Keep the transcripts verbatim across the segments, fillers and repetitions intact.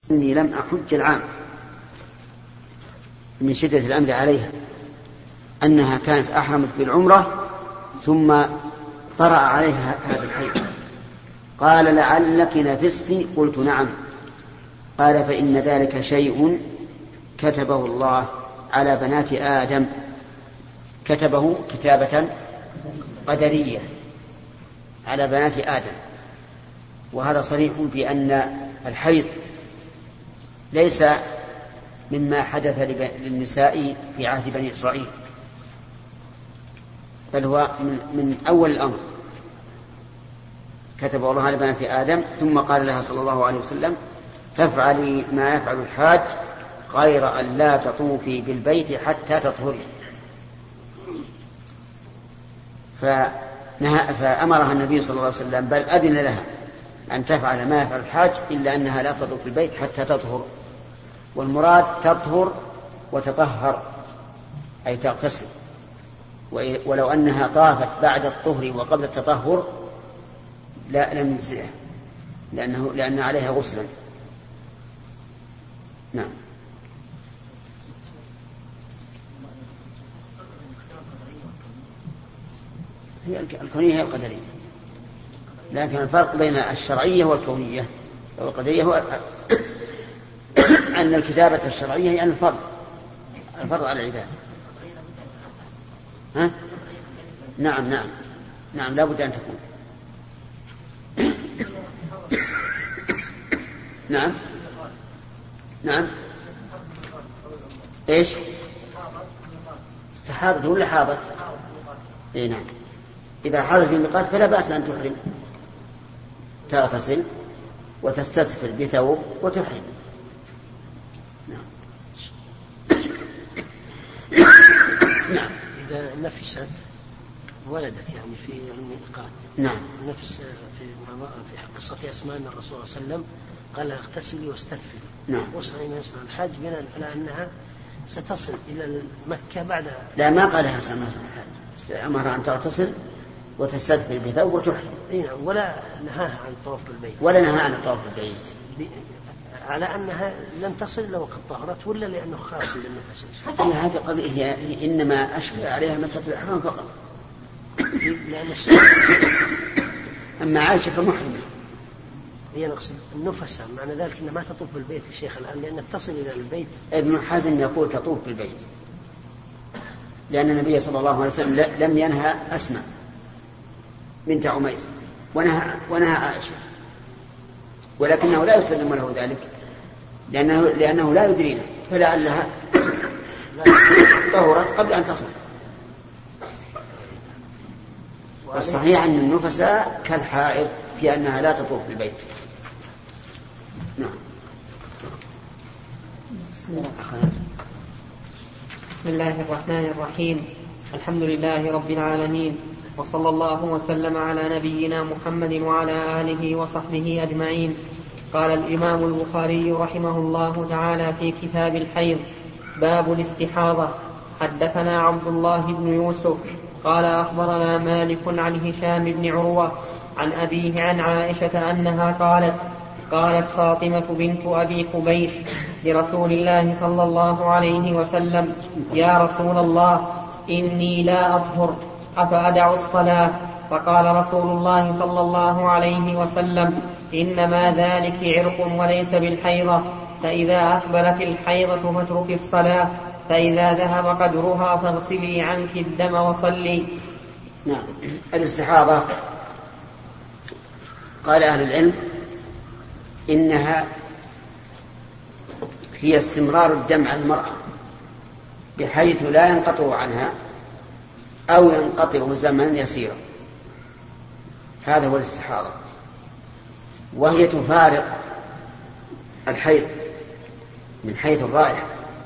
إني لم أحج العام من شدة الأمر عليها أنها كانت أحرمت بالعمرة ثم طرأ عليها هذا الحيض. قال لعلك نفستي؟ قلت نعم. قال فإن ذلك شيء كتبه الله على بنات آدم، كتبه كتابة قدرية على بنات آدم. وهذا صريح في أن الحيض ليس مما حدث للنساء في عهد بني إسرائيل، بل هو من, من أول الأمر كتب الله على بنات آدم، ثم قال لها صلى الله عليه وسلم فافعلي ما يفعل الحاج غير أن لا تطوفي بالبيت حتى تطهري. فأمرها النبي صلى الله عليه وسلم، بل أذن لها أن تفعل ما يفعل الحاج إلا أنها لا تطوف بالبيت حتى تطهر. والمراد تطهر وتطهر أي تغتسل، ولو أنها طافت بعد الطهر وقبل التطهر لا لم يجزئها، لأنه لأن عليها غسلا. نعم. هي الكونية هي القدرية، لكن الفرق بين الشرعية والكونية والقدرية هو أن الكتابة الشرعية هي الفرض الفرض على العباد. ها؟ نعم نعم نعم لا بد أن تكون. نعم نعم إيش؟ استحاضت ولا حاضت؟ إيه نعم. إذا حاضت في الميقات فلا بأس أن تحرم، تغتسل وتستدفر بثوب وتحرم. نعم. نعم. إذا نفست ولدت يعني في الميقات. نعم. نفس في في قصة أسماء أن الرسول صلى الله عليه وسلم قال لها اغتسلي واستدفري. نعم. وصلي ما يصنع الحاج بناء على أنها ستصل إلى مكة بعد. لا ما قالها سماه الحاج، أمرها أن تغتسل وتستدفر بثوب وتحرم. إيه ولا نهاها عن الطواف بالبيت. ولا نهاها عن الطواف بالبيت. على أنها لن تصل إلا وقد طهرت ولا لأنه خاص بالنفس. هي هذه قضية هي إنما أشكل عليها مسألة الإحرام فقط. لأن أما عائشة فمحرمة. هي نقصد النفس، معنى ذلك أنها ما تطوف بالبيت يا شيخ الآن لأنها تصل إلى البيت. ابن حزم يقول تطوف بالبيت، لأن النبي صلى الله عليه وسلم لم ينهى أسماء بنت عميس ونهى, ونهى عائشة، ولكنه لا يسلم له ذلك لأنه, لأنه لا يدرينا، فلعلها طهرت قبل أن تصل. والصحيح أن النفساء كالحائض في أنها لا تطوف بالبيت. نعم. بسم الله الرحمن الرحيم. الحمد لله رب العالمين، وصلى الله وسلم على نبينا محمد وعلى آله وصحبه أجمعين. قال الإمام البخاري رحمه الله تعالى في كتاب الحيض: باب الاستحاضة. حدثنا عبد الله بن يوسف قال أخبرنا مالك عن هشام بن عروة عن أبيه عن عائشة أنها قالت: قالت فاطمة بنت أبي قبيش لرسول الله صلى الله عليه وسلم: يا رسول الله إني لا أطهر أفأدع الصلاة؟ فقال رسول الله صلى الله عليه وسلم: إنما ذلك عرق وليس بالحيضة، فإذا أقبلت الحيضة فاترك الصلاة، فإذا ذهب قدرها فاغسلي عنك الدم وصلي. نعم. الاستحاضة قال أهل العلم إنها هي استمرار الدم على المرأة بحيث لا ينقطع عنها أو ينقطع زمنا يسيرا، هذا هو الاستحاضة. وهي تفارق الحيض من حيث الرائحة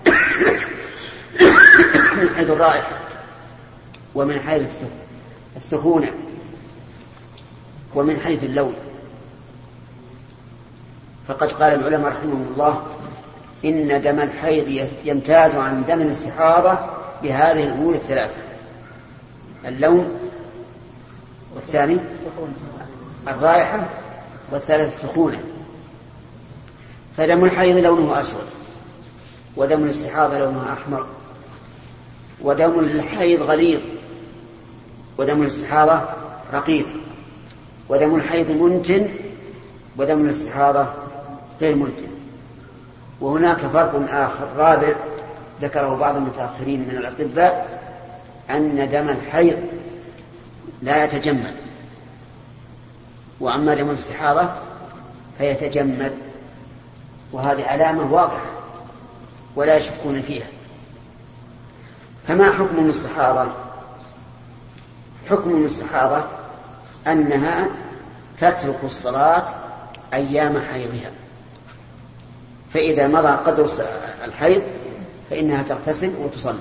من حيث الرائحة ومن حيث السخونة ومن حيث اللون. فقد قال العلماء رحمهم الله إن دم الحيض يمتاز عن دم الاستحاضة بهذه الأمور الثلاثة: اللون، والثاني الرائحة، والثالث السخونة. فدم الحيض لونه أسود، ودم الاستحاضة لونه أحمر، ودم الحيض غليظ، ودم الاستحاضة رقيق، ودم الحيض منتن، ودم الاستحاضة غير منتن. وهناك فرق آخر رابع ذكره بعض المتأخرين من الأطباء، أن دم الحيض لا يتجمد، وأما دم الاستحاضة فيتجمد، وهذه علامة واضحة ولا يشكون فيها. فما حكم الاستحاضة؟ حكم الاستحاضة أنها تترك الصلاة أيام حيضها، فإذا مضى قدر الحيض فإنها تغتسل وتصلي.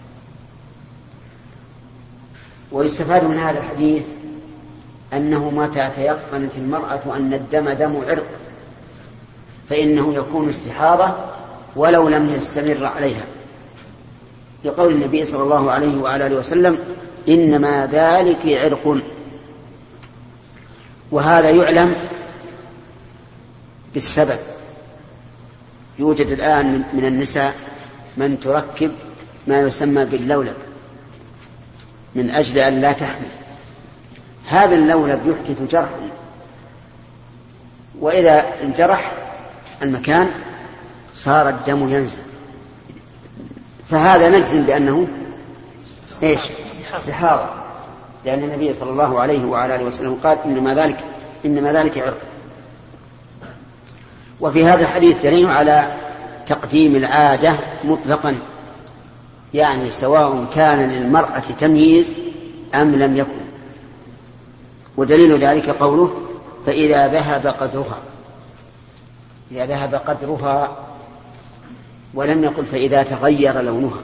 ويستفاد من هذا الحديث أنه متى تيقنت المرأة أن الدم دم عرق فإنه يكون استحاضة ولو لم يستمر عليها، لقول النبي صلى الله عليه وعلى آله وسلم: إنما ذلك عرق. وهذا يعلم بالسبب. يوجد الآن من النساء من تركب ما يسمى باللولب من أجل أن لا تحمل. هذا اللولب يحدث جرحا، وإذا انجرح المكان صار الدم ينزل، فهذا نجزم بأنه إيش؟ استحاضة، لأن النبي صلى الله عليه وعلى آله وسلم قال: إنما ذلك إنما ذلك عرق. وفي هذا الحديث دليل على تقديم العادة مطلقا، يعني سواء كان للمرأة تمييز أم لم يكن. ودليل ذلك قوله: فإذا ذهب قدرها، إذا ذهب قدرها، ولم يقل فإذا تغير لونها.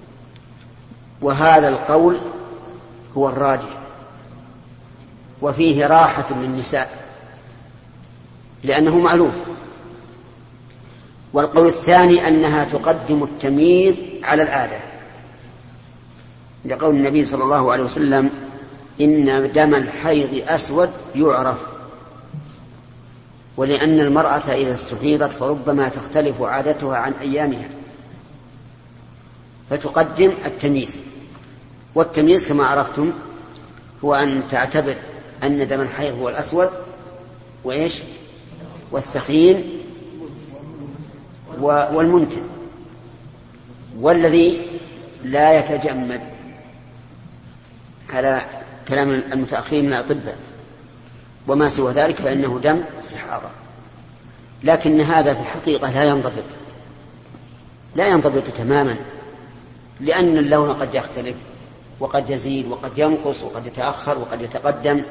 وهذا القول هو الراجح، وفيه راحة للنساء لأنه معلوم. والقول الثاني أنها تقدم التمييز على العادة، لقول النبي صلى الله عليه وسلم: إن دم الحيض أسود يعرف. ولأن المرأة إذا استحيضت فربما تختلف عادتها عن أيامها، فتقدم التمييز. والتمييز كما عرفتم هو أن تعتبر أن دم الحيض هو الأسود وإيش والثخين والمنتن والذي لا يتجمد، على كلام المتأخرين من الأطباء. وما سوى ذلك فإنه دم استحاضة. لكن هذا في الحقيقة لا ينضبط لا ينضبط تماما، لأن اللون قد يختلف وقد يزيد وقد ينقص وقد يتأخر وقد يتقدم.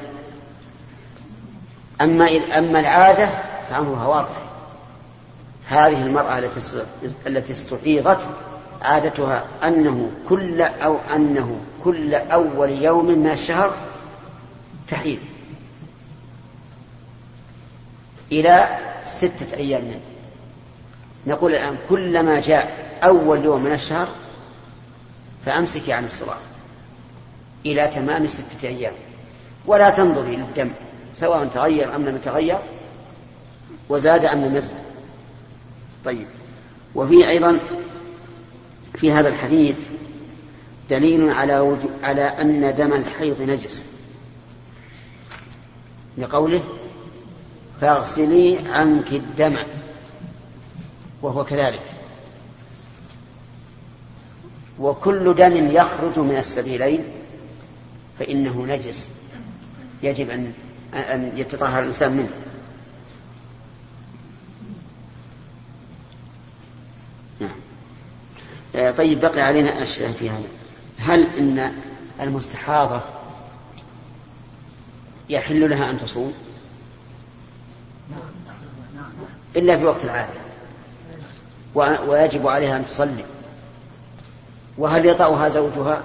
أما, أما العادة فأمرها واضح. هذه المرأة التي استحيضت عادتها أنه كل أو أنه كل أول يوم من الشهر تحيض إلى ستة أيام منه. نقول الآن كلما جاء أول يوم من الشهر فأمسكي عن الصلاة إلى تمام ستة أيام، ولا تنظري للدم سواء تغير أم لم يتغير، وزاد أم لم يزد. طيب. وفي أيضا في هذا الحديث دليل على وجو... على أن دم الحيض نجس، لقوله: فاغسلي عنك الدم، وهو كذلك. وكل دم يخرج من السبيلين فإنه نجس، يجب أن أن يتطهر الإنسان منه. نعم. طيب، بقي علينا أشياء في هذا. هل إن المستحاضة يحل لها أن تصوم إلا في وقت العادة، ويجب عليها أن تصلي؟ وهل يطأها زوجها؟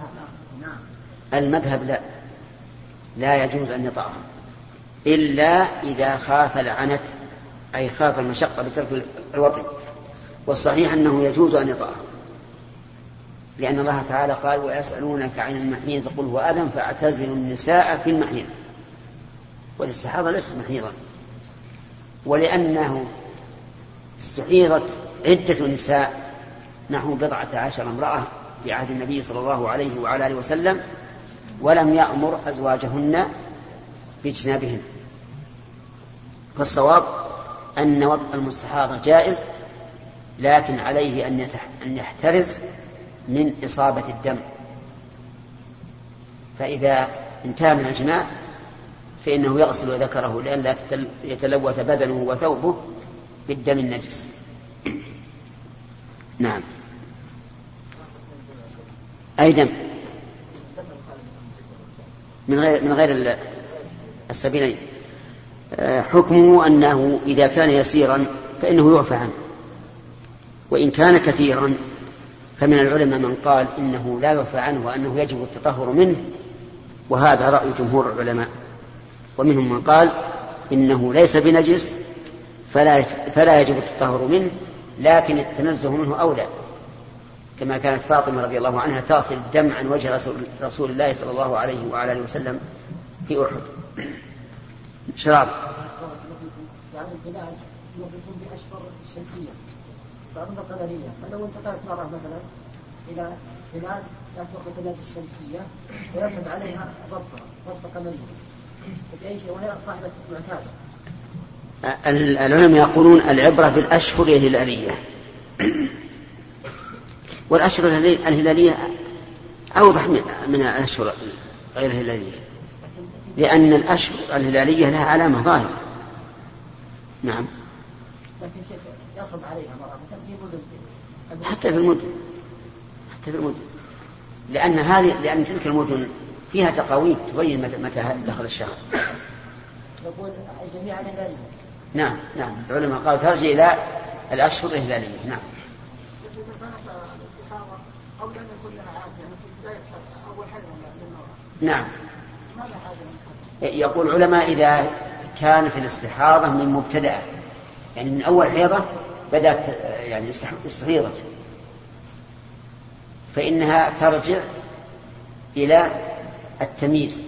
المذهب لا لا يجوز أن يطأها إلا إذا خاف العنت، أي خاف المشقة بترك الوطن. والصحيح أنه يجوز أن يطأها، لأن الله تعالى قال: ويسألونك عن المحيض قل هو أذى فاعتزلوا النساء في المحيض. والاستحاضة ليست محيضا، ولأنه استحيضت عدة نساء نحو بضعة عشر امرأة في عهد النبي صلى الله عليه وعلى آله وسلم، ولم يأمر أزواجهن باجتنابهن. فالصواب أن وطء المستحاضة جائز، لكن عليه أن يحترز من إصابة الدم، فإذا انتهى من الجماع فإنه يغسل ذكره لئلا يتلوث بدنه وثوبه بالدم النجس. نعم. أي دم من غير من غير السبيلين. حكمه أنه إذا كان يسيرا فإنه يعفى عنه، وإن كان كثيرا فمن العلماء من قال إنه لا يعفى عنه وأنه يجب التطهر منه، وهذا رأي جمهور العلماء. ومنهم من قال إنه ليس بنجس فلا فلا يجب التطهر منه، لكن التنزه منه أولى، كما كانت فاطمة رضي الله عنها تصل الدم عن وجه رسول, رسول الله صلى الله عليه وعلى آله وسلم في أحد. شراب يعني البلاد يوقفون بأشهر الشمسية بعضهم القمرية، فلو انتقلت مرة مثلا إلى بلاد لا توقف البلاد الشمسية ويصب عليها ضبطة ضبطة قمرية بأي شيء وهي صاحبة معتادة. العلماء يقولون العبرة بالأشهر الهلالية، والأشهر الهلالية أوضح من الأشهر غير الهلالية، لأن الأشهر الهلالية لها علامة ظاهرة. نعم. لكن شيخ يصب عليها مرة في مدن، حتى في المدن حتى في المدن لأن هذه لأن تلك المدن فيها تقاويم تبين متى دخل الشهر. يقول جميع الهلالية. نعم نعم العلماء قالوا ترجع إلى الأشهر الهلالية. نعم. نعم. يقول العلماء إذا كانت الاستحاضة من مبتدأ، يعني من أول حيضة بدأت يعني استحيضت، فإنها ترجع إلى التمييز،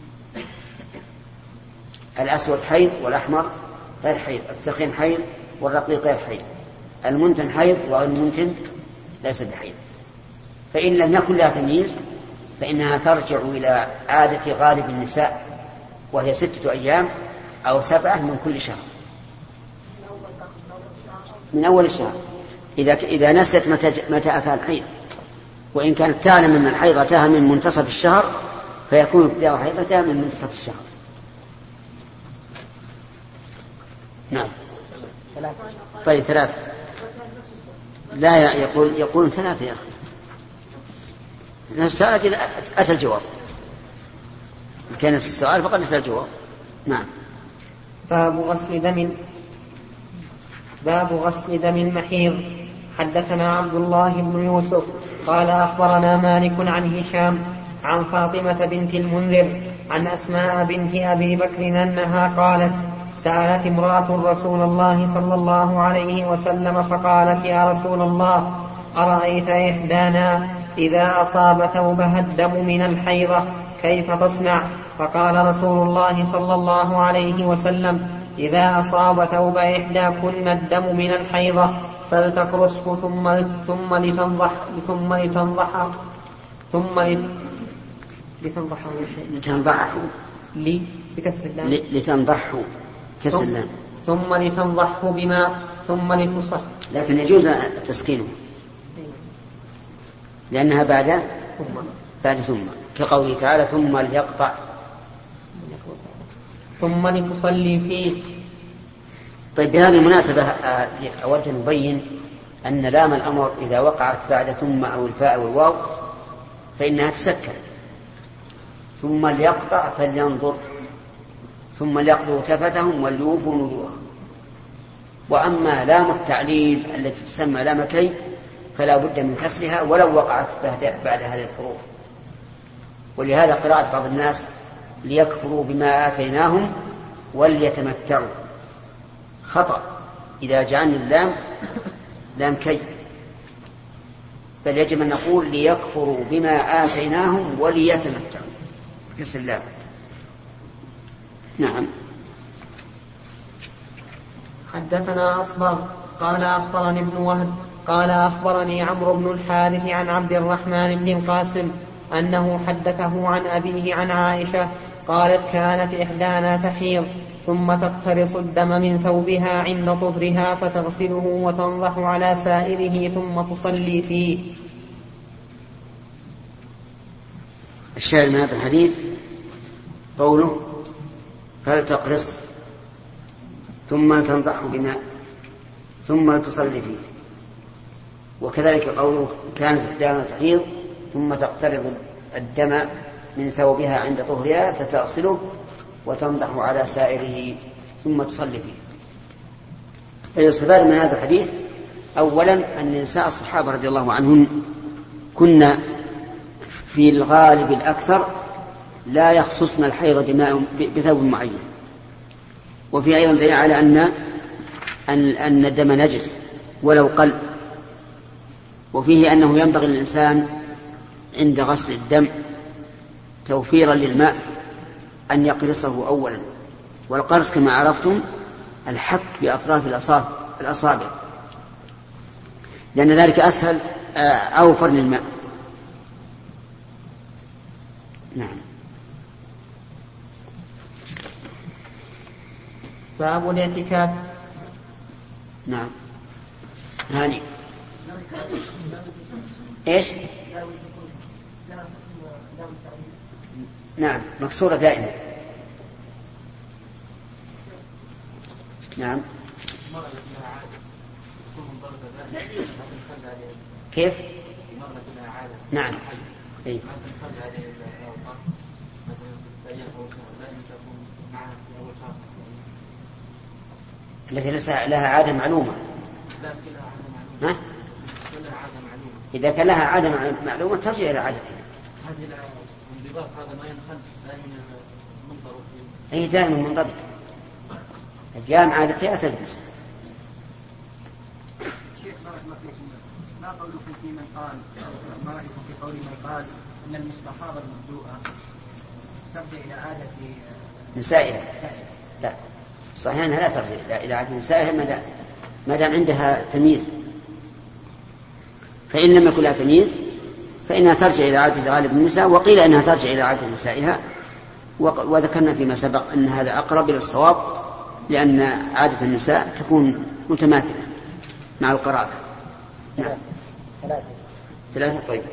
الأسود حيض والأحمر غير حيض، الثخين حيض والرقيق غير حيض، المنتن حيض والمنتن ليس بحيض. فإن لم يكن لها تمييز فإنها ترجع إلى عادة غالب النساء، وهي ستة أيام أو سبعة من كل شهر، من أول الشهر إذا إذا نست متى أتى الحيض. وإن كانت تعلم أن الحيض أتاها من منتصف الشهر فيكون ابتداء حيضتها من منتصف الشهر. نعم. طيب ثلاثة. لا يقول يقول ثلاثة يا أخي، نفس السؤال إذا أتى الجواب، كان نفس السؤال فقد أتى الجواب. نعم. باب غسل دم باب غسل دم المحيض. حدثنا عبد الله بن يوسف قال أخبرنا مالك عن هشام عن فاطمة بنت المنذر عن أسماء بنت أبي بكر أنها قالت: سألت امرأة رسول الله صلى الله عليه وسلم فقالت: يا رسول الله، أرأيت إحدانا إذا أصاب ثوبها الدم من الحيضة كيف تصنع؟ فقال رسول الله صلى الله عليه وسلم: إذا أصاب ثوب إحداكن الدم من الحيضة فلتقرصه ثم ثم لتنضح ثم لتنضح ثم لتنضحه لتنضحه لي بكسر اللام لتنضحه كسر اللام ثم لتنضحه بماء ثم لتصح، لكن يجوز التسكين لأنها بعد ثم بعد ثم كقوله تعالى: ثم ليقطع ثم لتصلي فيه. طيب بهذه المناسبة أود أن نبين أن لام الأمر إذا وقعت بعد ثم أو الفاء والواو فإنها تسكن. ثم ليقطع فلينظر، ثم ليقضوا تفثهم وليوفوا نذورهم. وأما لام التعليل التي تسمى لام كي فلا بد من كسرها ولو وقعت بعد هذه الحروف. ولهذا قراءة بعض الناس: ليكفروا بما آتيناهم وليتمتعوا، خطأ إذا جعلنا اللام لام كي، بل يجب أن نقول: ليكفروا بما آتيناهم وليتمتعوا كسر اللام. نعم. حدثنا أصبغ قال أخبرني ابن وهب قال أخبرني عمرو بن الحارث عن عبد الرحمن بن القاسم أنه حدثه عن أبيه عن عائشة قالت كانت إحدانا تحيض ثم تقترص الدم من ثوبها عند طهرها فتغسله وتنضح على سائره ثم تصلي فيه. الشاهد من هذا الحديث قوله فلتقرص ثم تنضحه بماء ثم تصلي فيه، وكذلك قوله كانت إحدانا تحيض ثم تقترض الدم من ثوبها عند طهرها فتغسله وتنضح على سائره ثم تصلي فيه. فيستفاد من هذا الحديث أولا أن نساء الصحابة رضي الله عنهن كنا في الغالب الأكثر لا يخصصن الحيض بماء بثوب معين، وفي أيضا دليل على أن أن الدم نجس ولو قل، وفيه أنه ينبغي للإنسان عند غسل الدم توفيرا للماء أن يقرصه أولا، والقرص كما عرفتم الحك بأطراف الأصابع لأن ذلك أسهل أوفر للماء. نعم. باب الاعتكاف. نعم. هاني إيش؟ نعم مكسورة دائما. نعم. كيف؟ نعم. إيه؟ التي ليس لها عادة معلومة. ها؟ إذا كان لها عادة معلومة ترجع إلى عادتها. هذه الانضباط هذا ما ينخل دائما منضبط. أي دائما منضبط. جاء مع عادتها تجلس. شيخ بارك الله فيكم، ما قولكم في من قال ما رأيكم في قول من قال أن المستحاضة المبدوءة ترجع إلى عادة نسائها؟ لا، صحيح أنها لا ترجع إلى عادة نسائها ما دام عندها تمييز، فإن لم يكن لها تمييز فإنها ترجع إلى عادة غالب النساء، وقيل أنها ترجع إلى عادة نسائها، وذكرنا فيما سبق أن هذا أقرب إلى الصواب لأن عادة النساء تكون متماثلة مع القرابة. نعم. ثلاثة. ثلاثة. طيب.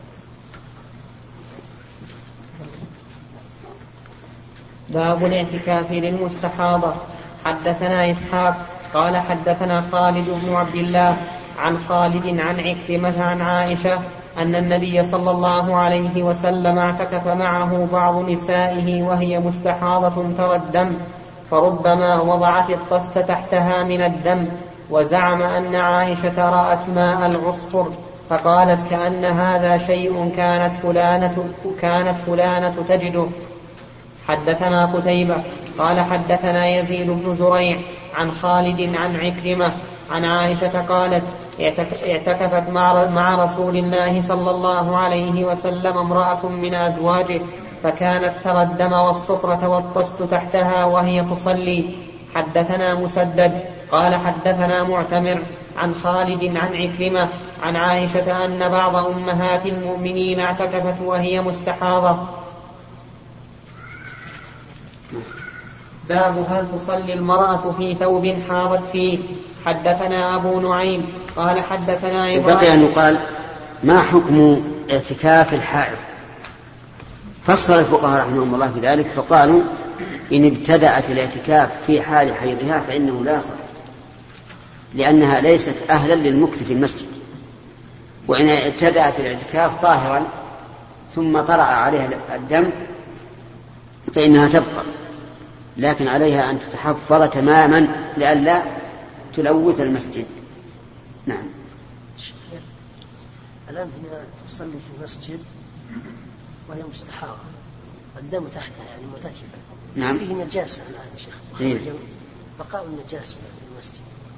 باب الاعتكاف للمستحاضة. حدثنا إسحاق قال حدثنا خالد بن عبد الله عن خالد عن عكرمة عن عائشة أن النبي صلى الله عليه وسلم اعتكف معه بعض نسائه وهي مستحاضة ترى الدم، فربما وضعت الطست تحتها من الدم، وزعم أن عائشة رأت ماء العصفر فقالت كأن هذا شيء كانت فلانة, كانت فلانة تجده. حدثنا قتيبة قال حدثنا يزيد بن زريع عن خالد عن عكرمة عن عائشة قالت اعتكفت مع رسول الله صلى الله عليه وسلم امرأة من أزواجه فكانت ترى الدم والصفرة والطست تحتها وهي تصلي. حدثنا مسدد قال حدثنا معتمر عن خالد عن عكرمة عن عائشة أن بعض أمهات المؤمنين اعتكفت وهي مستحاضة. باب هل تصلي المرأة في ثوب حاضت فيه. حدثنا أبو نعيم قال حدثنا إبراهيم. بقي أن يقال ما حكم اعتكاف الحائض؟ فصل الفقهاء رحمهم الله في ذلك فقالوا إن ابتدأت الاعتكاف في حال حيضها فإنه لا صح، لأنها ليست أهلا للمكث في المسجد، وإن ابتدأت الاعتكاف طاهرا ثم طلع عليها الدم فإنها تبقى، لكن عليها أن تتحفظ تماما لئلا تلوث المسجد. نعم. الآن هنا تصلي في مسجد وهي مستحاضة الدم تحتها يعني متكفة. نعم. فيه نجاسة الآن يا شيخ، بقاء النجاسة في المسجد.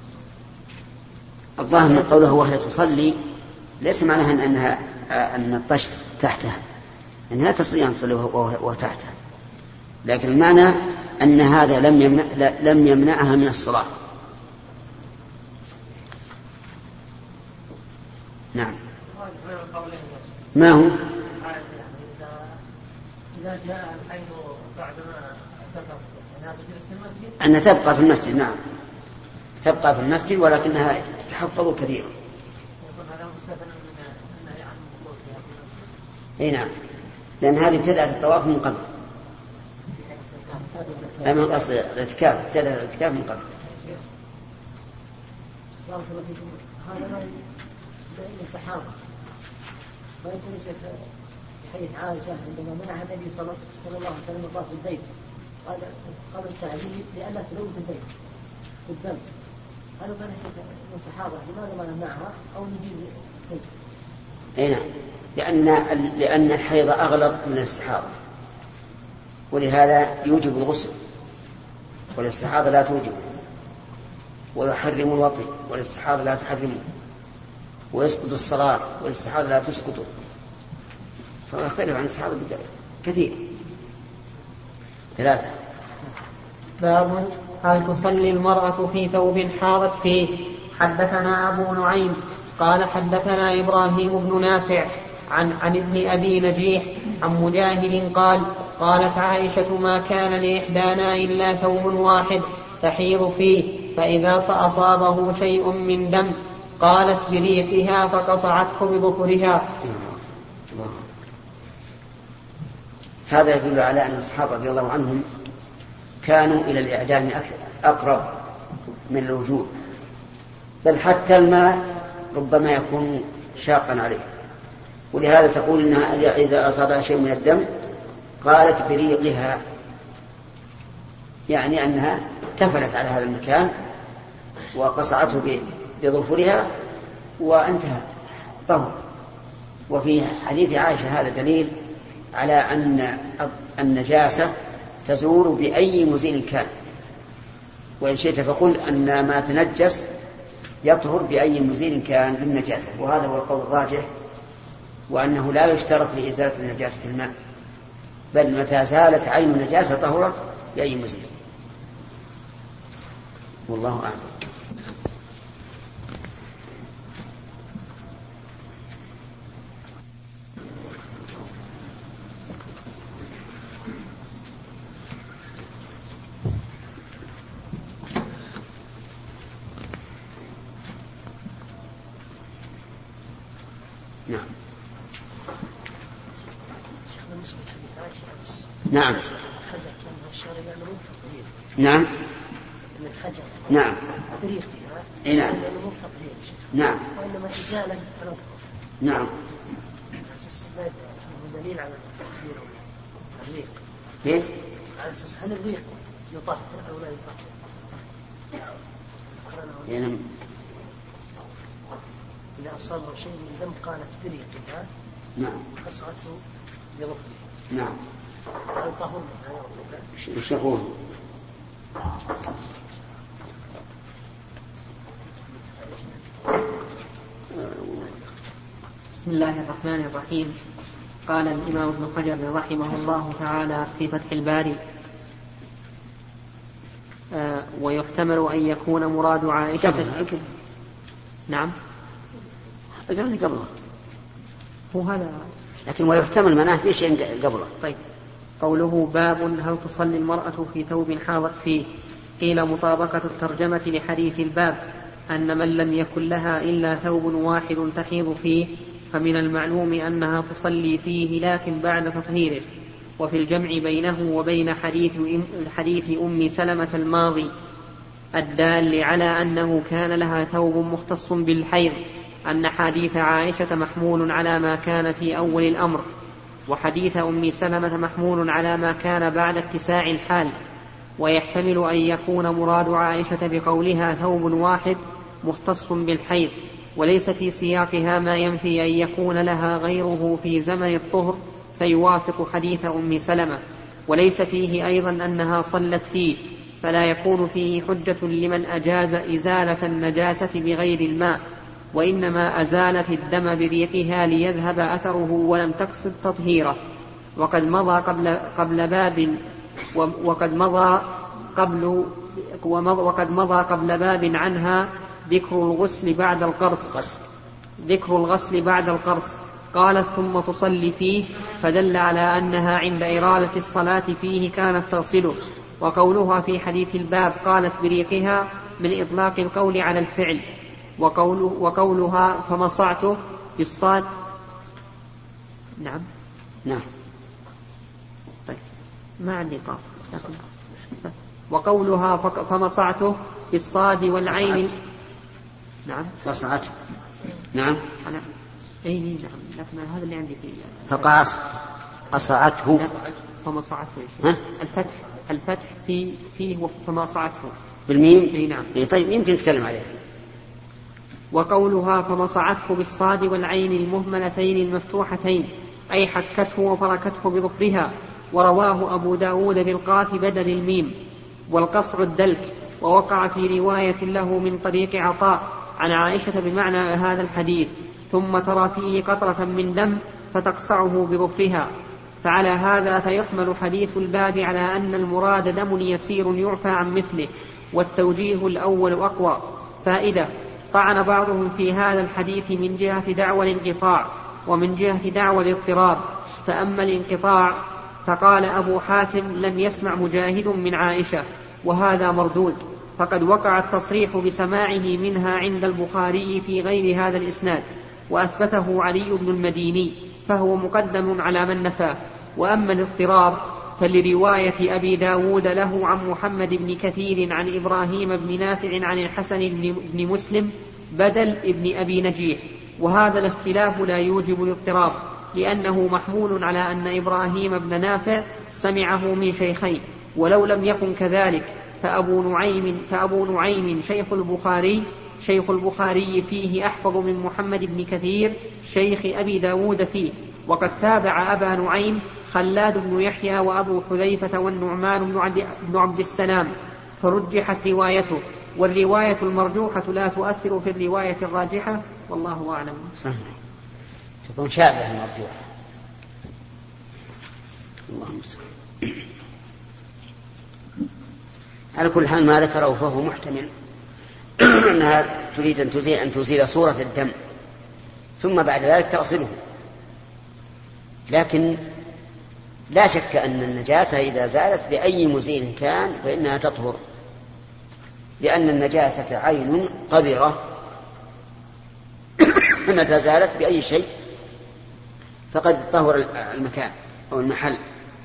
الظاهر من قوله وهي تصلي ليس معناها أنها أن الطشت تحتها، أنها لا تستطيع أن تصلي وهو تحتها، لكن المعنى أن هذا لم يمنع لم يمنعها من الصلاة. نعم. ما هو؟ إذا جاء الحيض بعدما تذهب أنها تجلس في المسجد؟ أن تبقى في المسجد. نعم تبقى في المسجد ولكنها تتحفظ كثيرا. هذا مستثنى من النهي عن الوقوف في المسجد. اي نعم لأن هذه ابتدأت الطواف من قبل. من أصل الاعتكاف ابتدأ الاعتكاف من قبل. هذا ما يستحاض ويكون شيخ حديث عائشة عندما منع النبي صلى الله عليه وسلم الطواف بالبيت قال قال التعذيب لأنها تلوث البيت بالذنب. هذا ظن شيخ الصحابة لماذا ما نمنعها أو نجيز البيت؟ اي نعم لأن لأن الحيض أغلظ من الاستحاضة ولهذا يوجب الغسل والاستحاضة لا توجب ويحرم الوطي والاستحاضة لا تحرمه ويسقط الصلاة والاستحاضة لا تسقطه فهو يختلف عن الاستحاضة كثير. ثلاثة. باب هل تصلي المرأة في ثوب حاضت فيه. حدثنا أبو نعيم قال حدثنا إبراهيم بن نافع عن, عن ابن أبي نجيح عن مجاهد قال قالت عائشة ما كان لإحدانا إلا ثوب واحد تحيض فيه فإذا أصابه شيء من دم قالت بريقها فقصعته بظفرها. هذا يدل على أن الصحابة رضي الله عنهم كانوا إلى الإعدام أقرب من الوجود بل حتى الماء ربما يكون شاقا عليه ولهذا تقول إنها إذا أصابها شيء من الدم قالت بريقها يعني أنها تفلت على هذا المكان وقصعته بظفرها وانتهى طهر. وفي حديث عائشة هذا دليل على أن النجاسة تزول بأي مزيل كان وإن شئت فقل أن ما تنجس يطهر بأي مزيل كان للنجاسة وهذا هو القول الراجح وأنه لا يشترط لإزالة النجاسة الماء بل متى زالت عين النجاسة طهرت بأي مزيل والله أعلم. نعم نعم نعم نعم نعم نعم وإنما إزالة تنظف. نعم دليل على التحذير الريق. كيف؟ على أساس هل الريق يطهر أو لا يطهر؟ يعني إذا أصابه شيء من دم قالت بريقها نعم قصعته بظفره. نعم هل طهر؟ وش يقول؟ بسم الله الرحمن الرحيم. قال الإمام ابن حجر رحمه الله تعالى في فتح الباري آه ويحتمل أن يكون مراد عائشة قبله. نعم قبله قبله هو هذا لكن ويحتمل مناه في شيء قبله. طيب قوله باب هل تصلي المرأة في ثوب حاضت فيه. قيل مطابقة الترجمة لحديث الباب أن من لم يكن لها إلا ثوب واحد تحيض فيه فمن المعلوم أنها تصلي فيه لكن بعد تطهيره. وفي الجمع بينه وبين حديث حديث أم سلمة الماضي الدال على أنه كان لها ثوب مختص بالحيض أن حديث عائشة محمول على ما كان في أول الأمر وحديث أم سلمة محمول على ما كان بعد اتساع الحال. ويحتمل أن يكون مراد عائشة بقولها ثوب واحد مختص بالحيض وليس في سياقها ما ينفي أن يكون لها غيره في زمن الطهر فيوافق حديث أم سلمة وليس فيه أيضا أنها صلت فيه فلا يكون فيه حجة لمن أجاز إزالة النجاسة بغير الماء وإنما أزالت الدم بريقها ليذهب أثره ولم تقصد تطهيره. وقد مضى قبل, قبل باب وقد مضى قبل وقد مضى قبل باب عنها ذكر الغسل بعد القرص ذكر الغسل بعد القرص. قالت ثم تصلي فيه، فدل على أنها عند إرادة الصلاة فيه كانت تغسله. وقولها في حديث الباب قالت بريقها من إطلاق القول على الفعل. وقوله وقولها فمصعته بالصاد. نعم نعم طيب ما عندي قاف. وقولها فمصعته بالصاد والعين. نعم فصعته. نعم أنا أي نعم لكن هذا اللي عندي فيه فقاص أصعته فمصعته. ها؟ الفتح الفتح في فيه فمصعته بالميم. أي نعم. إيه طيب يمكن نتكلم عليه. وقولها فمصعته بالصاد والعين المهملتين المفتوحتين أي حكته وفركته بظفرها. ورواه أبو داود بالقاف بدل الميم. والقصع الدلك. ووقع في رواية له من طريق عطاء عن عائشة بمعنى هذا الحديث ثم ترى فيه قطرة من دم فتقصعه بظفرها. فعلى هذا فيحمل حديث الباب على أن المراد دم يسير يعفى عن مثله، والتوجيه الأول أقوى. فائدة: طعن بعضهم في هذا الحديث من جهة دعوى الانقطاع ومن جهة دعوى الاضطراب. فأما الانقطاع فقال أبو حاتم لم يسمع مجاهد من عائشة، وهذا مردود، فقد وقع التصريح بسماعه منها عند البخاري في غير هذا الإسناد، وأثبته علي بن المديني، فهو مقدم على من نفاه. وأما الاضطراب فلرواية أبي داود له عن محمد بن كثير عن إبراهيم بن نافع عن الحسن بن مسلم بدل ابن أبي نجيح. وهذا الاختلاف لا يوجب الاضطراب، لأنه محمول على أن إبراهيم بن نافع سمعه من شيخين، ولو لم يكن كذلك فأبو نعيم, فأبو نعيم شيخ البخاري شيخ البخاري فيه أحفظ من محمد بن كثير شيخ أبي داود فيه. وقد تابع أبا نعيم خلاد بن يحيى وأبو حذيفة والنعمان بن عبد السلام، فرجحت روايته. والرواية المرجوحة لا تؤثر في الرواية الراجحة، والله أعلم. تكون شاذة المرجوحة. اللهم صل. على كل حال ما ذكره فهو محتمل أنها تريد أن تزيل, أن تزيل صورة الدم ثم بعد ذلك تغسله. لكن لا شك أن النجاسة إذا زالت بأي مزيل كان فإنها تطهر، لأن النجاسة عين قذرة متى زالت بأي شيء فقد طهر المكان أو المحل.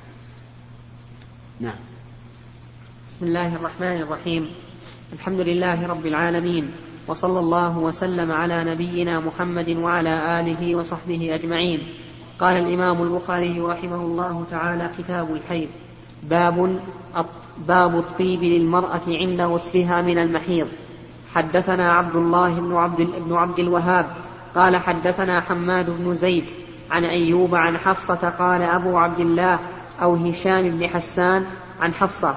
نعم. بسم الله الرحمن الرحيم. الحمد لله رب العالمين، وصلى الله وسلم على نبينا محمد وعلى آله وصحبه أجمعين. قال الإمام البخاري رحمه الله تعالى: كتاب الحيض. باب باب الطيب للمرأة عند غسلها من المحيض. حدثنا عبد الله بن عبد, بن عبد الوهاب قال حدثنا حماد بن زيد عن أيوب عن حفصة قال أبو عبد الله أو هشام بن حسان عن حفصة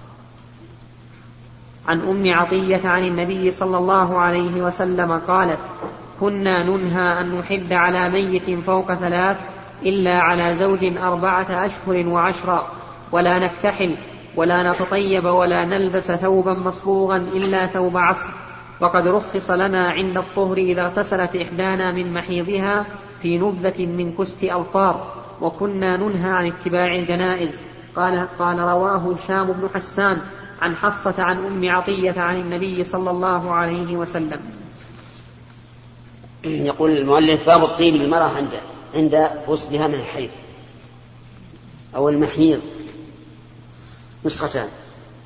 عن أم عطية عن النبي صلى الله عليه وسلم قالت: كنا ننهى أن نحد على ميت فوق ثلاث إلا على زوج أربعة أشهر وعشرا، ولا نكتحل ولا نتطيب ولا نلبس ثوبا مصبوغا إلا ثوب عصر. وقد رخص لنا عند الطهر إذا اغتسلت إحدانا من محيضها في نبذة من كست أظفار، وكنا ننهى عن اتباع الجنائز. قال, قال رواه هشام بن حسان عن حفصة عن أم عطية عن النبي صلى الله عليه وسلم. يقول المؤلف: باب الطيب للمرأة عند عند غسلها من الحيض أو المحيض. نسختان.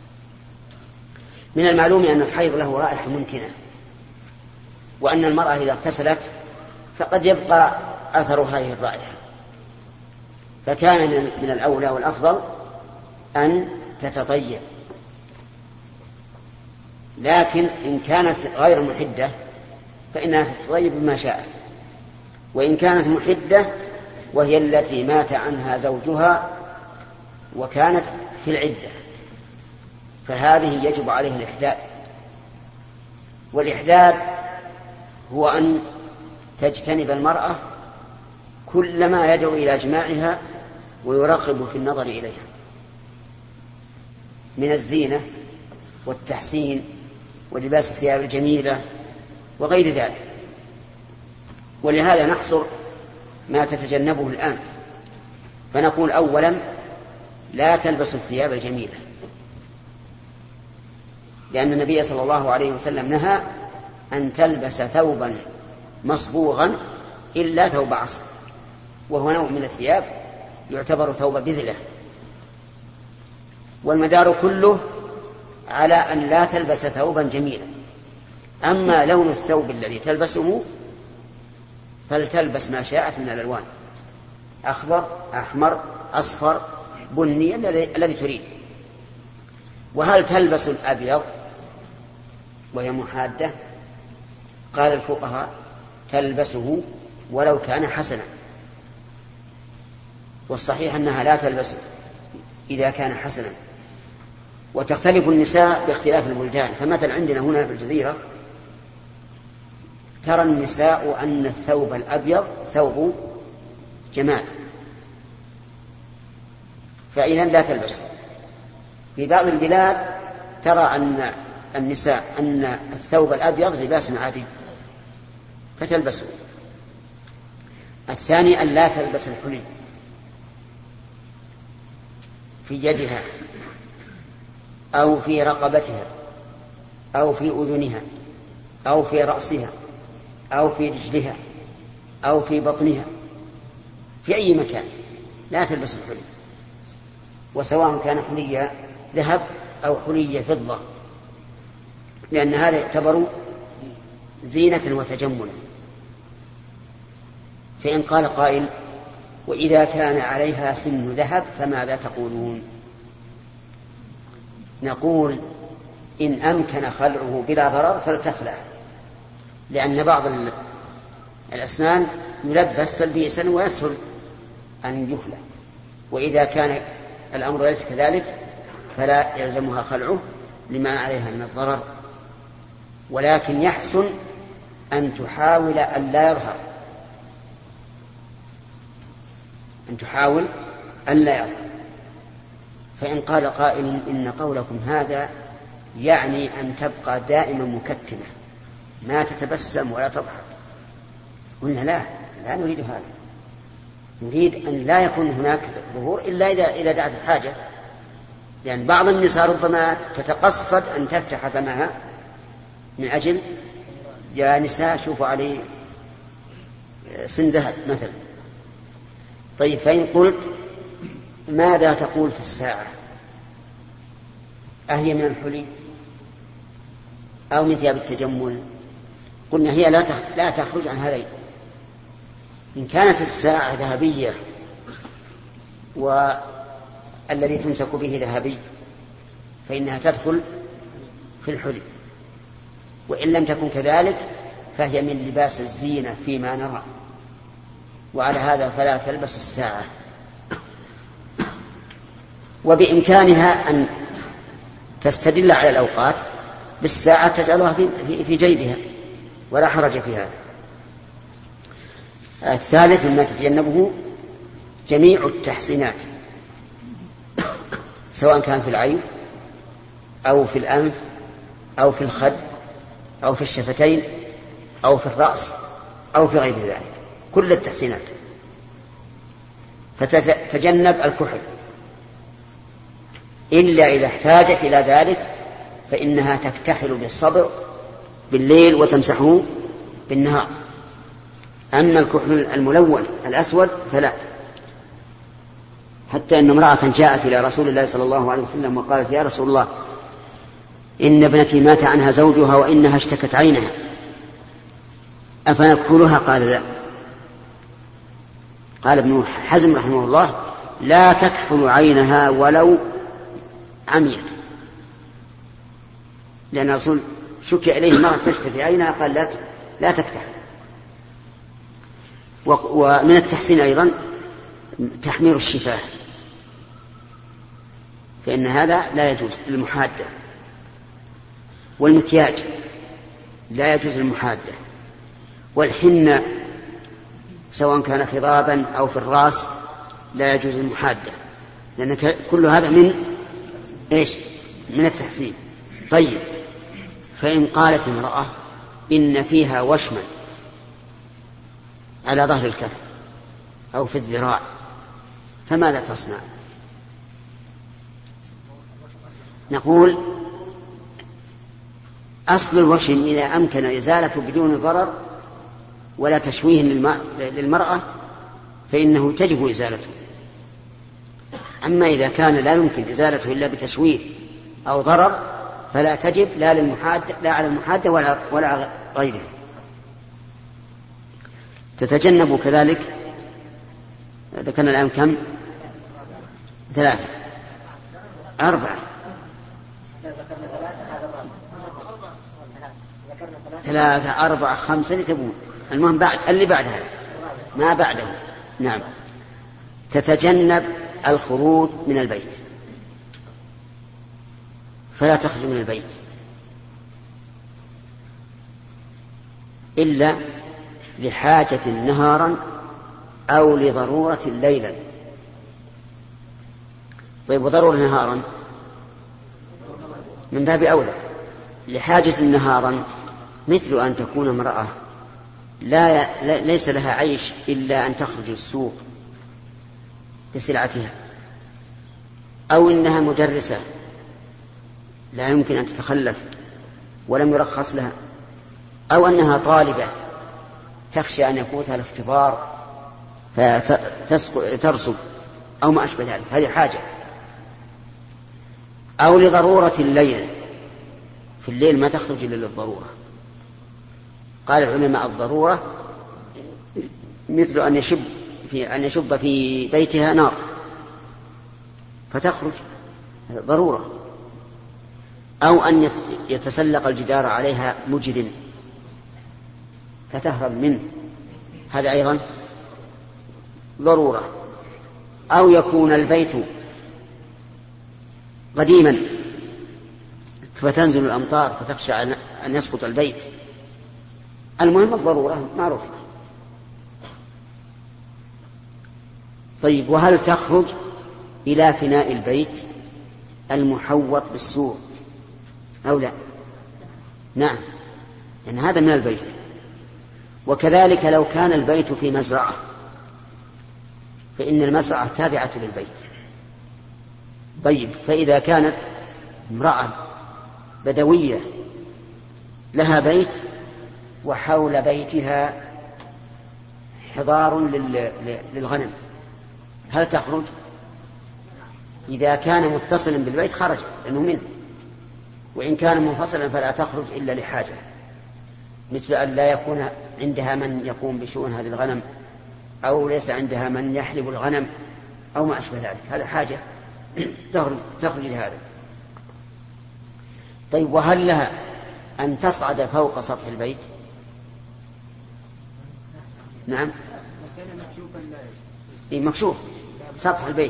من المعلوم أن الحيض له رائحة منتنة، وأن المرأة إذا اغتسلت فقد يبقى أثر هذه الرائحة، فكان من الأولى والأفضل أن تتطيب. لكن إن كانت غير محدة فإنها تتطيب بما شاءت، وإن كانت محدة وهي التي مات عنها زوجها وكانت في العدة فهذه يجب عليها الإحداد. والإحداد هو أن تجتنب المرأة كل ما يدعو إلى جماعها ويرغب في النظر إليها من الزينة والتحسين ولباس الثياب الجميلة وغير ذلك. ولهذا نحصر ما تتجنبه الآن، فنقول أولا لا تلبس الثياب الجميلة، لأن النبي صلى الله عليه وسلم نهى أن تلبس ثوبا مصبوغا إلا ثوب عصر، وهو نوع من الثياب يعتبر ثوب بذلة. والمدار كله على أن لا تلبس ثوبا جميلا. أما لون الثوب الذي تلبسه فلتلبس ما شاءت من الألوان، أخضر، أحمر، أصفر، بني، الذي تريد. وهل تلبس الأبيض وهي محادة؟ قال الفقهاء تلبسه ولو كان حسنا، والصحيح أنها لا تلبسه إذا كان حسنا. وتختلف النساء باختلاف البلدان، فمثل عندنا هنا في الجزيرة ترى النساء أن الثوب الأبيض ثوب جمال، فإذا لا تلبسه. في بعض البلاد ترى أن النساء أن الثوب الأبيض لباس عادي فتلبسه. الثاني أن لا تلبس الحلي في يدها أو في رقبتها أو في أذنها أو في رأسها أو في رجلها أو في بطنها، في أي مكان لا تلبس الحلي، وسواء كان حلي ذهب أو حلي فضة، لأن هذا يعتبر زينة وتجملا. فإن قال قائل وإذا كان عليها سن ذهب فماذا تقولون؟ نقول إن أمكن خلعه بلا ضرر فلتخلع، لأن بعض الأسنان يلبس تلبيسا ويسهل أن يخلع، وإذا كان الأمر ليس كذلك فلا يلزمها خلعه لما عليها من الضرر. ولكن يحسن أن تحاول أن لا يظهر، أن تحاول أن لا يظهر. فإن قال قائل إن قولكم هذا يعني أن تبقى دائما مكتمة ما تتبسم ولا تضحك، قلنا لا لا نريد هذا، نريد أن لا يكون هناك ظهور إلا إذا إذا دعت الحاجة، لأن بعض النساء ربما تتقصد أن تفتح فمها من أجل يا نساء شوفوا عليه سن ذهب مثلا. طيب فإن قلت ماذا تقول في الساعة؟ أهي من الحلي أو من ثياب التجمل؟ قلنا هي لا لا تخرج عن هذين. إن كانت الساعة ذهبية والذي تمسك به ذهبي فإنها تدخل في الحلي، وإن لم تكن كذلك فهي من لباس الزينة فيما نرى، وعلى هذا فلا تلبس الساعة. وبإمكانها أن تستدل على الأوقات بالساعة تجعلها في, في جيبها ولا حرج في هذا. الثالث مما تتجنبه جميع التحسينات، سواء كان في العين أو في الأنف أو في الخد أو في الشفتين أو في الرأس أو في غير ذلك، كل التحسينات. فتتجنب الكحل إلا إذا احتاجت إلى ذلك، فإنها تكتحل بالصبر بالليل وتمسحه بالنهار. أما الكحل الملون الأسود فلا. حتى أن امرأة جاءت إلى رسول الله صلى الله عليه وسلم وقالت يا رسول الله إن ابنتي مات عنها زوجها وإنها اشتكت عينها أفنكحلها؟ قال لا. قال ابن حزم رحمه الله لا تكحل عينها ولو عميت، لأن الرسول شكي إليه مرة تشتكي عينها قال لا لا تكتحل. ومن التحسين أيضا تحمير الشفاه، فإن هذا لا يجوز للمحادة. والمكياج لا يجوز للمحادة. والحنة سواء كان خضابا أو في الرأس لا يجوز للمحادة، لأن كل هذا من إيش؟ من التحسين. طيب فإن قالت امرأة إن فيها وشما على ظهر الكف أو في الذراع فماذا تصنع؟ نقول أصل الوشم إذا أمكن إزالته بدون ضرر ولا تشويه للمرأة فإنه تجب إزالته. أما إذا كان لا يمكن إزالته إلا بتشويه أو ضرر فلا تجب لا للمحادة لا على المحادة ولا ولا غيرها. تتجنب كذلك ذكرنا الآن كم؟ ثلاثة أربعة ثلاثة أربعة خمسة لتبون المهم بعد اللي بعد هذا ما بعده. نعم. تتجنب الخروج من البيت فلا تخرج من البيت إلا لحاجة نهارا أو لضرورة ليلا. طيب وضرورة نهارا من باب أولى. لحاجة نهارا مثل أن تكون امرأة لا ليس لها عيش إلا أن تخرج السوق لسلعتها، أو إنها مدرسة لا يمكن أن تتخلف ولم يرخص لها، أو أنها طالبة تخشى أن يفوتها الاختبار فترسب أو ما أشبه ذلك، هذه حاجة. أو لضرورة الليل، في الليل ما تخرج إلا للضرورة. قال العلماء الضرورة مثل أن يشب في أن يشب في بيتها نار فتخرج، ضرورة. أو أن يتسلق الجدار عليها مجرم فتهرب منه، هذا أيضا ضرورة. أو يكون البيت قديما فتنزل الأمطار فتخشى أن يسقط البيت. المهم الضرورة معروفة. طيب وهل تخرج إلى فناء البيت المحوط بالسور أو لا؟ نعم، لأن هذا من البيت. وكذلك لو كان البيت في مزرعة فإن المزرعة تابعة للبيت. طيب فإذا كانت امرأة بدوية لها بيت وحول بيتها حضار للغنم هل تخرج؟ إذا كان متصلا بالبيت خرج لأنه منه، وإن كان منفصلا فلا تخرج إلا لحاجة، مثل أن لا يكون عندها من يقوم بشؤون هذه الغنم، أو ليس عندها من يحلب الغنم، أو ما أشبه ذلك، هذا حاجة تخرج لهذا. طيب وهل لها أن تصعد فوق سطح البيت؟ نعم، إيه مكشوف سطح البيت،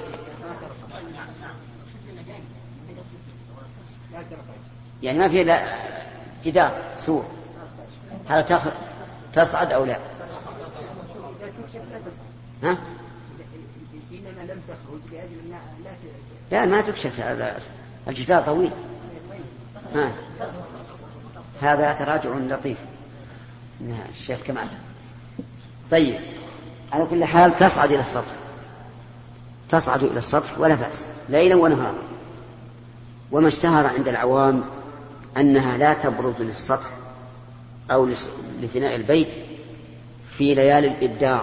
يعني ما في لا جدار سور، هل تصعد أو لا؟ ها؟ لا ما تكشف، الجدار طويل. ها. هذا تراجع لطيف الشيخ كمال. طيب على كل حال تصعد إلى السطح، تصعد إلى السطح ولا بأس ليلا ونهارا. وما اشتهر عند العوام أنها لا تبرز للسطح أو لفناء البيت في ليالي الإبدار،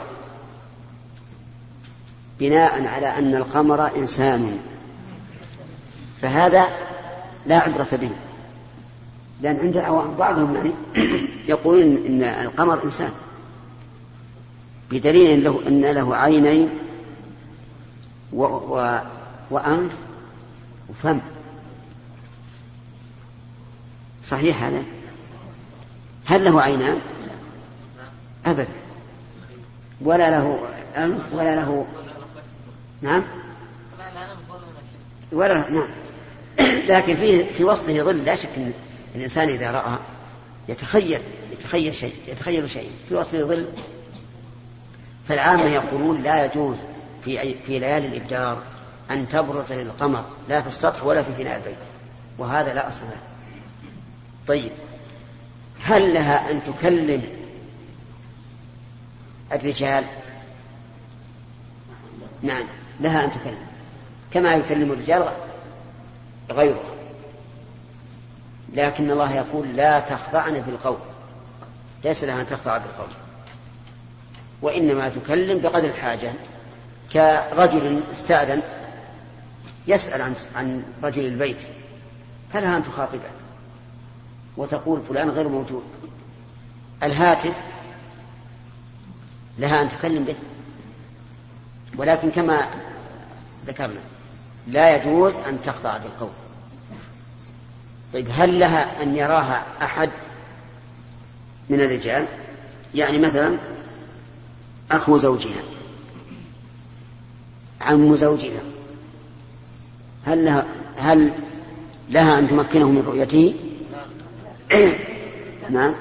بناء على أن القمر إنسان، فهذا لا عبرة به، لأن عند العوام بعضهم يعني يقولون إن القمر إنسان، بدليل له أن له عينين و... و... وأنف وفم. صحيح هذا؟ هل له عينان؟ أبدا، ولا له أنف ولا له نعم ولا نعم لكن في في وسطه ظل. لا شك أن الإنسان إذا رأى يتخيل يتخيل شيء يتخيل شيء في وسطه ظل. فالعامة يقولون لا يجوز في في ليالي الإبدار أن تبرز للقمر لا في السطح ولا في فناء البيت، وهذا لا أصل له. طيب هل لها أن تكلم الرجال نعم لها أن تكلم كما يكلم الرجال غيره، لكن الله يقول لا تخضعن بالقول، ليس لها أن تخضع بالقول، وإنما تكلم بقدر الحاجة. كرجل استأذن يسأل عن عن رجل البيت فلها أن تخاطبه وتقول فلان غير موجود. الهاتف لها أن تكلم به، ولكن كما ذكرنا لا يجوز أن تخضع بالقول. طيب هل لها أن يراها أحد من الرجال؟ يعني مثلا أخو زوجها، عم زوجها، هل لها, هل لها أن تمكنه من رؤيته؟ نعم.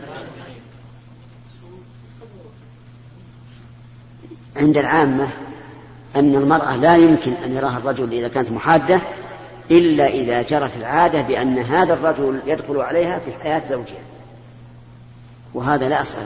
عند العامة أن المرأة لا يمكن أن يراها الرجل إذا كانت محادة إلا إذا جرت العادة بأن هذا الرجل يدخل عليها في حياة زوجها، وهذا لا أصل له،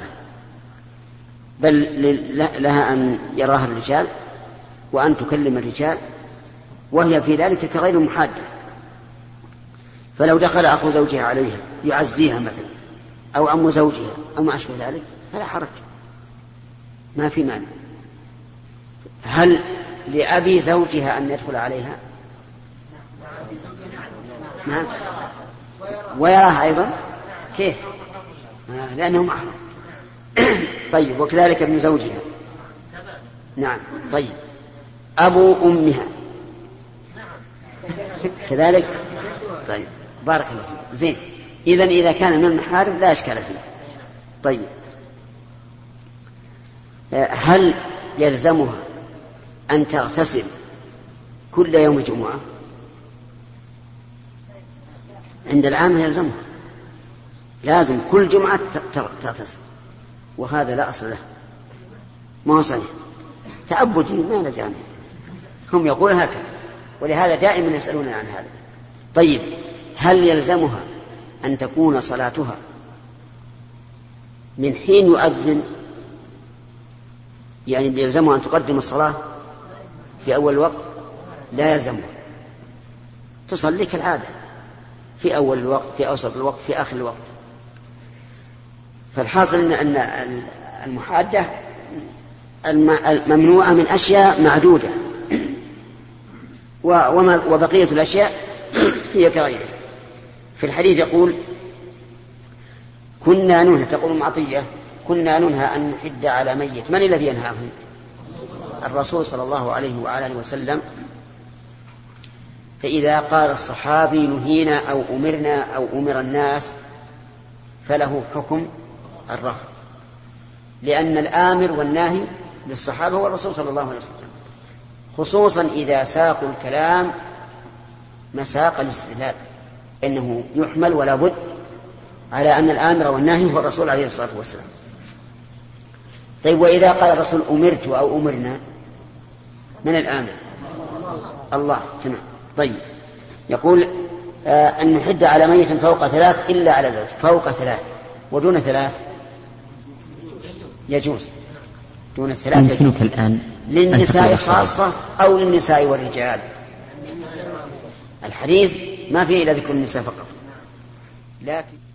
بل لها أن يراها الرجال وأن تكلم الرجال، وهي في ذلك كغير محادة. فلو دخل أخو زوجها عليها يعزيها مثلا أو عم زوجها أو ما أشبه ذلك فلا حرج، ما في مانع. هل لأبي زوجها أن يدخل عليها؟ نعم. ويراها أيضا كيف؟ آه لأنه محرم. طيب وكذلك ابن زوجها. نعم. طيب أبو أمها كذلك. طيب بارك الله فيك. زين، إذن إذا كان من المحارم لا إشكال فيه. طيب هل يلزمها أن تغتسل كل يوم جمعة؟ عند العامة يلزمها، لازم كل جمعة تغتسل، وهذا لا أصل له، ما هو صحيح، تعبدي ما لزامه، هم يقولون هكذا، ولهذا دائما يسألون عن هذا. طيب هل يلزمها أن تكون صلاتها من حين يؤذن؟ يعني يلزمها أن تقدم الصلاة في أول الوقت؟ لا يلزمها، تصلي كالعادة في أول الوقت، في أوسط الوقت، في آخر الوقت. فالحاصل أن المحادة ممنوعة من أشياء معدودة، وبقية الأشياء هي كغيرها. في الحديث يقول كنا ننهى، تقول معطية كنا ننهى أن نحد على ميت. من الذي ينهاه؟ الرسول صلى الله عليه وآله وسلم. فإذا قال الصحابي نهينا أو أمرنا أو أمر الناس فله حكم الرفض، لأن الآمر والناهي للصحابة هو الرسول صلى الله عليه وسلم، خصوصا إذا ساقوا الكلام مساق الاستدلال، إنه يحمل ولا بد على أن الآمر والناهي هو الرسول عليه الصلاة والسلام. طيب وإذا قال الرسول أمرت أو أمرنا، من الآمر؟ الله. تمام. طيب يقول آه أن نحد على ميت فوق ثلاث إلا على زوج. فوق ثلاث ودون ثلاث يجوز، دون الثلاث يجوز. الآن للنساء خاصة أو للنساء والرجال؟ الحديث ما فيه إلا ذكر النساء فقط، لكن